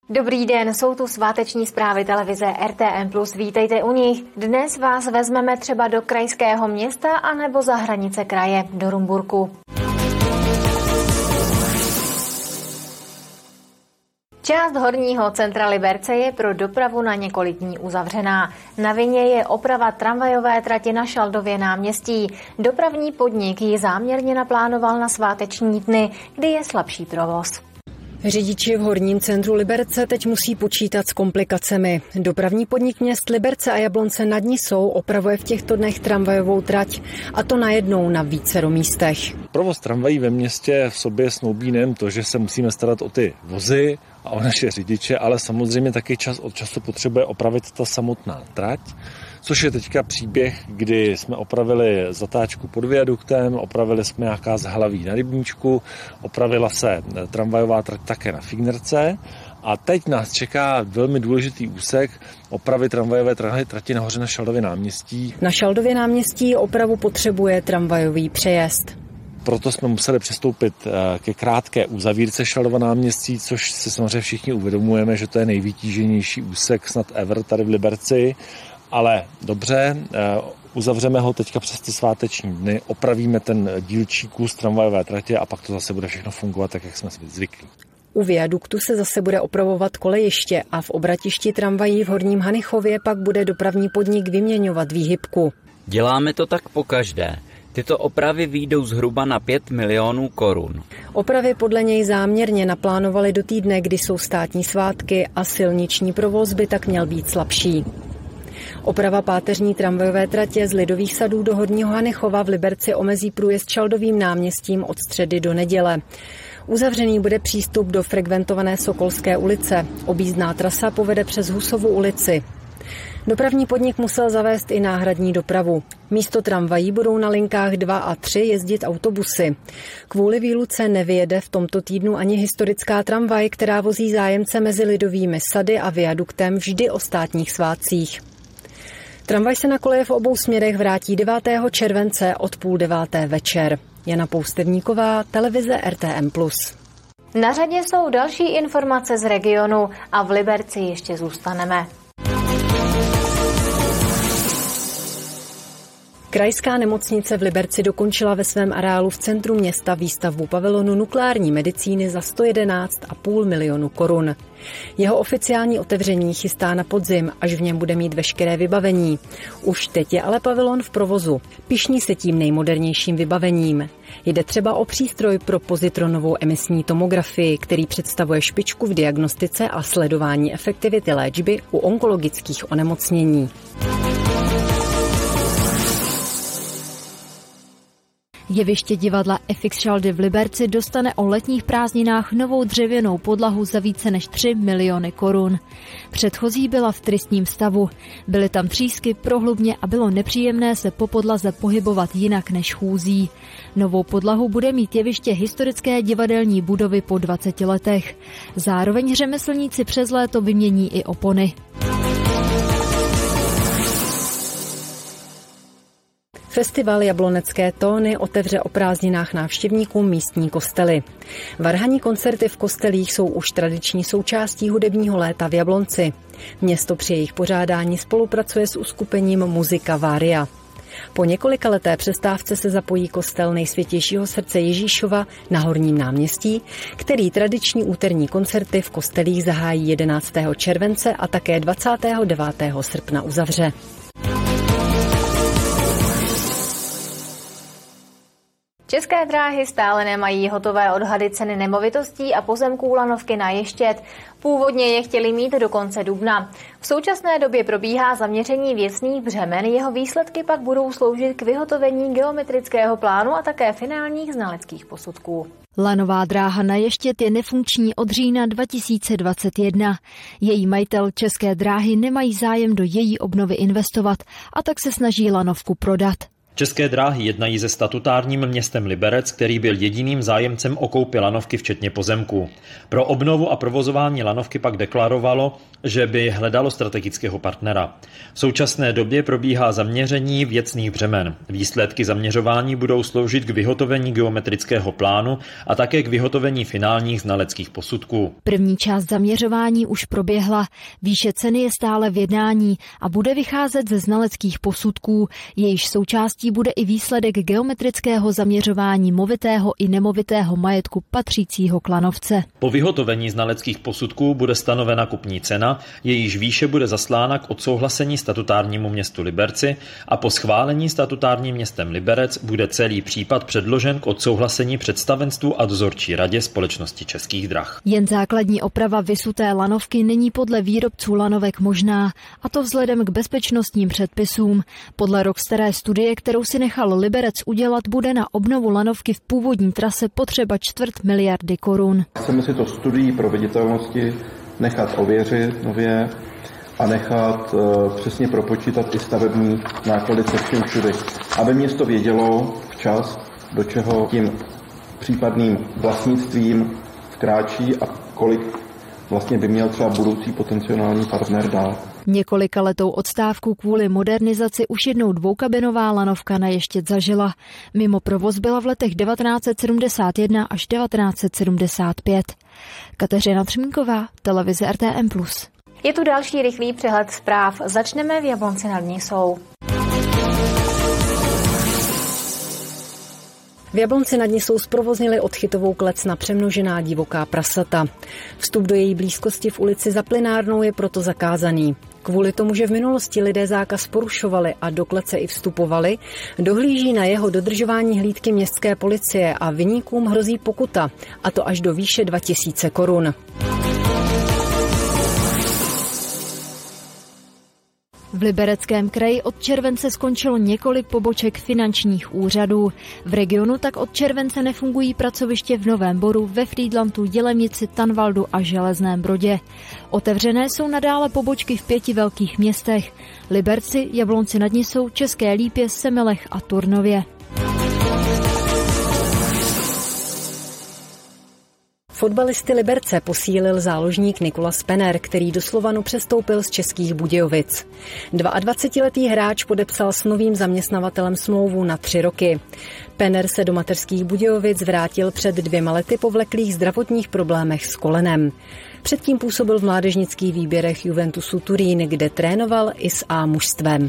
Dobrý den, jsou tu sváteční zprávy televize RTM+, vítejte u nich. Dnes vás vezmeme třeba do krajského města anebo za hranice kraje, do Rumburku. Část horního centra Liberce je pro dopravu na několik dní uzavřená. Na vině je oprava tramvajové trati na Šaldově náměstí. Dopravní podnik ji záměrně naplánoval na sváteční dny, kdy je slabší provoz. Řidiči v horním centru Liberce teď musí počítat s komplikacemi. Dopravní podnik měst Liberce a Jablonce nad Nisou opravuje v těchto dnech tramvajovou trať, a to najednou na vícero místech. Provoz tramvají ve městě v sobě snoubí nejen to, že se musíme starat o ty vozy a o naše řidiče, ale samozřejmě taky čas od času potřebuje opravit ta samotná trať, což je teďka příběh, kdy jsme opravili zatáčku pod viaduktem, opravili jsme nějaká zhlaví na Rybníčku, opravila se tramvajová trať také na Fignerce a teď nás čeká velmi důležitý úsek opravy tramvajové trati nahoře na Šaldově náměstí. Na Šaldově náměstí opravu potřebuje tramvajový přejezd. Proto jsme museli přistoupit ke krátké uzavírce Šaldova náměstí, což si samozřejmě všichni uvědomujeme, že to je nejvytíženější úsek snad ever tady v Liberci. Ale dobře, uzavřeme ho teďka přes ty sváteční dny, opravíme ten dílčí kus tramvajové tratě a pak to zase bude všechno fungovat tak, jak jsme zvyklí. U viaduktu se zase bude opravovat kolejiště a v obratišti tramvají v Horním Hanichově pak bude dopravní podnik vyměňovat výhybku. Děláme to tak pokaždé. Tyto opravy vyjdou zhruba na 5 milionů korun. Opravy podle něj záměrně naplánovali do týdne, kdy jsou státní svátky a silniční provoz by tak měl být slabší. Oprava páteřní tramvajové tratě z Lidových sadů do Horního Hanichova v Liberci omezí průjezd Šaldovým náměstím od středy do neděle. Uzavřený bude přístup do frekventované Sokolské ulice. Objízdná trasa povede přes Husovu ulici. Dopravní podnik musel zavést i náhradní dopravu. Místo tramvají budou na linkách 2 a 3 jezdit autobusy. Kvůli výluce nevyjede v tomto týdnu ani historická tramvaj, která vozí zájemce mezi Lidovými sady a viaduktem vždy o státních svátcích. Tramvaj se na koleje v obou směrech vrátí 9. července od 8:30 večer. Jana Poustevníková, televize RTM+. Na řadě jsou další informace z regionu a v Liberci ještě zůstaneme. Krajská nemocnice v Liberci dokončila ve svém areálu v centru města výstavbu pavilonu nukleární medicíny za 111,5 milionu korun. Jeho oficiální otevření chystá na podzim, až v něm bude mít veškeré vybavení. Už teď je ale pavilon v provozu. Pyšní se tím nejmodernějším vybavením. Jde třeba o přístroj pro pozitronovou emisní tomografii, který představuje špičku v diagnostice a sledování efektivity léčby u onkologických onemocnění. Jeviště divadla FX Šaldy v Liberci dostane o letních prázdninách novou dřevěnou podlahu za více než 3 miliony korun. Předchozí byla v tristním stavu. Byly tam třísky, prohlubně a bylo nepříjemné se po podlaze pohybovat jinak než chůzí. Novou podlahu bude mít jeviště historické divadelní budovy po 20 letech. Zároveň řemeslníci přes léto vymění i opony. Festival Jablonecké tóny otevře o prázdninách návštěvníkům místní kostely. Varhanní koncerty v kostelích jsou už tradiční součástí hudebního léta v Jablonci. Město při jejich pořádání spolupracuje s uskupením Muzika Varia. Po několikaleté přestávce se zapojí kostel Nejsvětějšího srdce Ježíšova na Horním náměstí, který tradiční úterní koncerty v kostelích zahájí 11. července a také 29. srpna uzavře. České dráhy stále nemají hotové odhady ceny nemovitostí a pozemků lanovky na Ještěd. Původně je chtěli mít do konce dubna. V současné době probíhá zaměření věcných břemen, jeho výsledky pak budou sloužit k vyhotovení geometrického plánu a také finálních znaleckých posudků. Lanová dráha na Ještěd je nefunkční od října 2021. Její majitel České dráhy nemají zájem do její obnovy investovat a tak se snaží lanovku prodat. České dráhy jednají se statutárním městem Liberec, který byl jediným zájemcem o koupi lanovky včetně pozemků. Pro obnovu a provozování lanovky pak deklarovalo, že by hledalo strategického partnera. V současné době probíhá zaměření věcných břemen. Výsledky zaměřování budou sloužit k vyhotovení geometrického plánu a také k vyhotovení finálních znaleckých posudků. První část zaměřování už proběhla. Výše ceny je stále v jednání a bude vycházet ze znaleckých posudků. Jejíž součástí bude i výsledek geometrického zaměřování movitého i nemovitého majetku patřícího k lanovce. Po vyhotovení znaleckých posudků bude stanovena kupní cena, jejíž výše bude zaslána k odsouhlasení statutárnímu městu Liberci a po schválení statutárním městem Liberec bude celý případ předložen k odsouhlasení představenstvu a dozorčí radě společnosti Českých drah. Jen základní oprava vysuté lanovky není podle výrobců lanovek možná, a to vzhledem k bezpečnostním předpisům. Podle rok staré studie, kterou si nechal Liberec udělat, bude na obnovu lanovky v původní trase potřeba 250 miliardy korun. Chceme si to studií proveditelnosti nechat ověřit nově a nechat přesně propočítat i stavební náklady se vším všudy, aby město vědělo včas, do čeho tím případným vlastnictvím vkráčí a kolik vlastně by měl třeba budoucí potenciální partner dát. Několikaletou odstávku kvůli modernizaci už jednou dvoukabinová lanovka na Ještěd zažila. Mimo provoz byla v letech 1971 až 1975. Kateřina Třmínková, televize RTM+. Je tu další rychlý přehled zpráv. Začneme v Jablonci nad Nisou. V Jablonci nad Nisou zprovoznili odchytovou klec na přemnožená divoká prasata. Vstup do její blízkosti v ulici Za Plynárnou je proto zakázaný. Kvůli tomu, že v minulosti lidé zákaz porušovali a do klece i vstupovali, dohlíží na jeho dodržování hlídky městské policie a viníkům hrozí pokuta, a to až do výše 2000 korun. V Libereckém kraji od července skončilo několik poboček finančních úřadů. V regionu tak od července nefungují pracoviště v Novém Boru, ve Frýdlantu, Jilemnici, Tanvaldu a Železném Brodě. Otevřené jsou nadále pobočky v 5 velkých městech: Liberci, Jablonci nad Nisou, České Lípě, Semilech a Turnově. Fotbalisty Liberce posílil záložník Nikola Spener, který do Slovanu přestoupil z Českých Budějovic. 22letý hráč podepsal s novým zaměstnavatelem smlouvu na 3 roky. Penner se do mateřských Budějovic vrátil před 2 lety po vleklých zdravotních problémech s kolenem. Předtím působil v mládežnických výběrech Juventusu Turín, kde trénoval i s A mužstvem.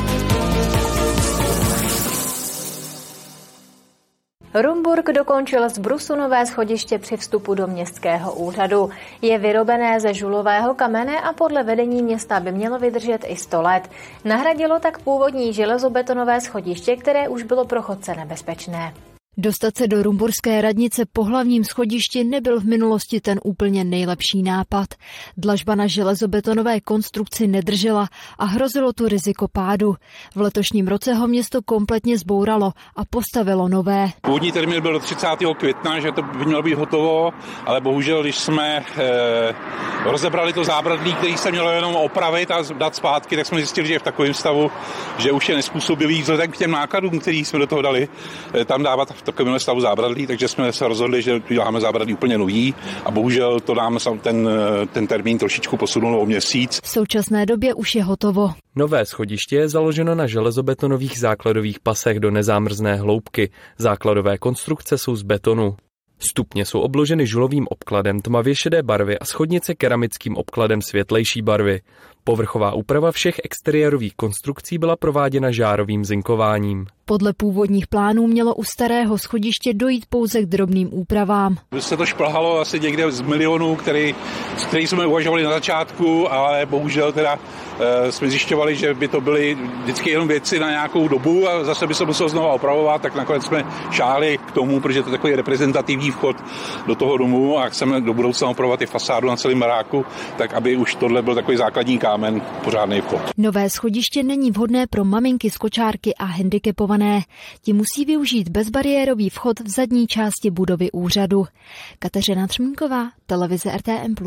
Rumburk dokončil z brusu nové schodiště při vstupu do městského úřadu. Je vyrobené ze žulového kamene a podle vedení města by mělo vydržet i 100 let. Nahradilo tak původní železobetonové schodiště, které už bylo pro chodce nebezpečné. Dostat se do rumburské radnice po hlavním schodišti nebyl v minulosti ten úplně nejlepší nápad. Dlažba na železobetonové konstrukci nedržela a hrozilo tu riziko pádu. V letošním roce ho město kompletně zbouralo a postavilo nové. Původní termín byl do 30. května, že to by mělo být hotovo, ale bohužel, když jsme rozebrali to zábradlí, který se mělo jenom opravit a dát zpátky, tak jsme zjistili, že je v takovém stavu, že už je nespůsobilý vzhledem k těm nákladům, který jsme do toho dali, tam dávat v takovém stavu zábradlí, takže jsme se rozhodli, že děláme zábradlí úplně nový a bohužel to nám ten termín trošičku posunul o měsíc. V současné době už je hotovo. Nové schodiště je založeno na železobetonových základových pasech do nezámrzné hloubky. Základové konstrukce jsou z betonu. Stupně jsou obloženy žulovým obkladem tmavě šedé barvy a schodnice keramickým obkladem světlejší barvy. Povrchová úprava všech exteriérových konstrukcí byla prováděna žárovým zinkováním. Podle původních plánů mělo u starého schodiště dojít pouze k drobným úpravám. Se to šplhalo asi někde z milionů, který jsme uvažovali na začátku, ale bohužel teda jsme zjišťovali, že by to byly vždycky jenom věci na nějakou dobu a zase by se muselo znovu opravovat, tak nakonec jsme šáli k tomu, protože to je takový reprezentativní vchod do toho domu a chceme do budoucna opravovat i fasádu na celém baráku, tak aby už tohle byl takový základní kámen, pořádný vchod. Nové schodiště není vhodné pro maminky z kočárky a handicapované. Ti musí využít bezbariérový vchod v zadní části budovy úřadu. Kateřina Třmínková, televize RTM+.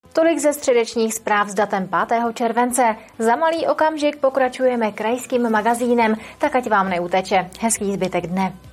Tolik ze středečních zpráv s datem 5. července. Za malý okamžik pokračujeme krajským magazínem, tak ať vám neuteče. Hezký zbytek dne.